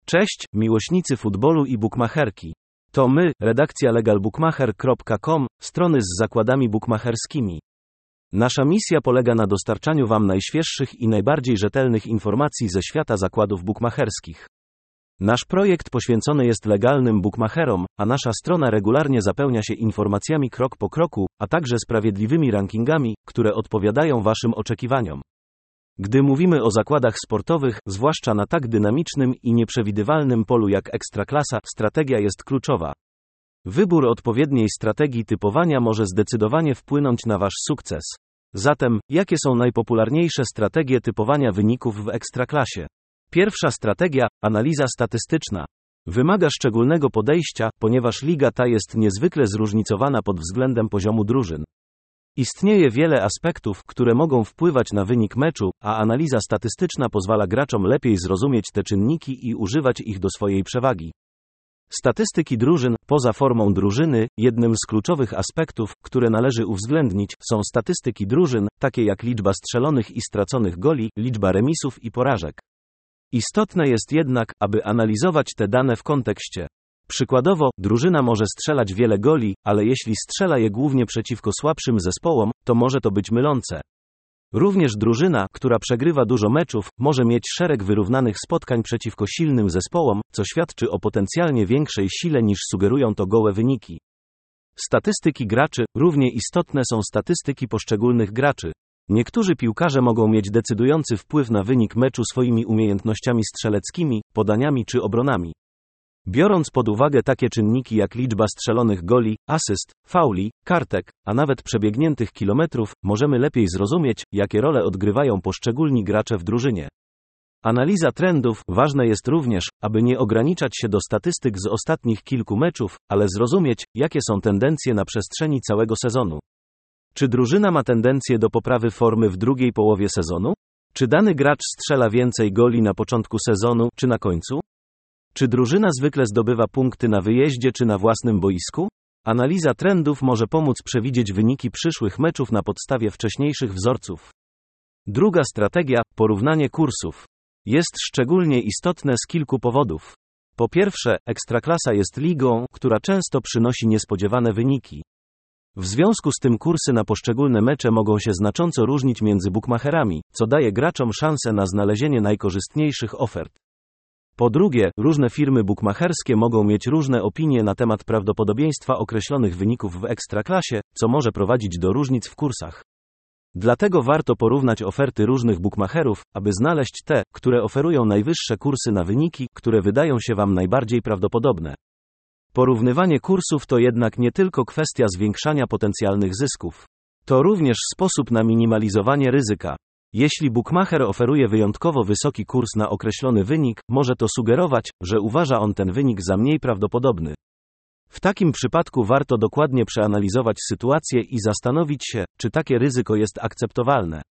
Cześć, miłośnicy futbolu i bukmacherki. To my, redakcja legalbookmacher.com, strony z zakładami bukmacherskimi. Nasza misja polega na dostarczaniu Wam najświeższych i najbardziej rzetelnych informacji ze świata zakładów bukmacherskich. Nasz projekt poświęcony jest legalnym bukmacherom, a nasza strona regularnie zapełnia się informacjami krok po kroku, a także sprawiedliwymi rankingami, które odpowiadają Waszym oczekiwaniom. Gdy mówimy o zakładach sportowych, zwłaszcza na tak dynamicznym i nieprzewidywalnym polu jak Ekstraklasa, strategia jest kluczowa. Wybór odpowiedniej strategii typowania może zdecydowanie wpłynąć na Wasz sukces. Zatem, jakie są najpopularniejsze strategie typowania wyników w Ekstraklasie? Pierwsza strategia – analiza statystyczna. Wymaga szczególnego podejścia, ponieważ liga ta jest niezwykle zróżnicowana pod względem poziomu drużyn. Istnieje wiele aspektów, które mogą wpływać na wynik meczu, a analiza statystyczna pozwala graczom lepiej zrozumieć te czynniki i używać ich do swojej przewagi. Statystyki drużyn, poza formą drużyny, jednym z kluczowych aspektów, które należy uwzględnić, są statystyki drużyn, takie jak liczba strzelonych i straconych goli, liczba remisów i porażek. Istotne jest jednak, aby analizować te dane w kontekście. Przykładowo, drużyna może strzelać wiele goli, ale jeśli strzela je głównie przeciwko słabszym zespołom, to może to być mylące. Również drużyna, która przegrywa dużo meczów, może mieć szereg wyrównanych spotkań przeciwko silnym zespołom, co świadczy o potencjalnie większej sile niż sugerują to gołe wyniki. Statystyki graczy. Równie istotne są statystyki poszczególnych graczy. Niektórzy piłkarze mogą mieć decydujący wpływ na wynik meczu swoimi umiejętnościami strzeleckimi, podaniami czy obronami. Biorąc pod uwagę takie czynniki jak liczba strzelonych goli, asyst, fauli, kartek, a nawet przebiegniętych kilometrów, możemy lepiej zrozumieć, jakie role odgrywają poszczególni gracze w drużynie. Analiza trendów. Ważne jest również, aby nie ograniczać się do statystyk z ostatnich kilku meczów, ale zrozumieć, jakie są tendencje na przestrzeni całego sezonu. Czy drużyna ma tendencję do poprawy formy w drugiej połowie sezonu? Czy dany gracz strzela więcej goli na początku sezonu, czy na końcu? Czy drużyna zwykle zdobywa punkty na wyjeździe czy na własnym boisku? Analiza trendów może pomóc przewidzieć wyniki przyszłych meczów na podstawie wcześniejszych wzorców. Druga strategia – porównanie kursów. Jest szczególnie istotne z kilku powodów. Po pierwsze, Ekstraklasa jest ligą, która często przynosi niespodziewane wyniki. W związku z tym kursy na poszczególne mecze mogą się znacząco różnić między bukmacherami, co daje graczom szansę na znalezienie najkorzystniejszych ofert. Po drugie, różne firmy bukmacherskie mogą mieć różne opinie na temat prawdopodobieństwa określonych wyników w Ekstraklasie, co może prowadzić do różnic w kursach. Dlatego warto porównać oferty różnych bukmacherów, aby znaleźć te, które oferują najwyższe kursy na wyniki, które wydają się Wam najbardziej prawdopodobne. Porównywanie kursów to jednak nie tylko kwestia zwiększania potencjalnych zysków. To również sposób na minimalizowanie ryzyka. Jeśli bukmacher oferuje wyjątkowo wysoki kurs na określony wynik, może to sugerować, że uważa on ten wynik za mniej prawdopodobny. W takim przypadku warto dokładnie przeanalizować sytuację i zastanowić się, czy takie ryzyko jest akceptowalne.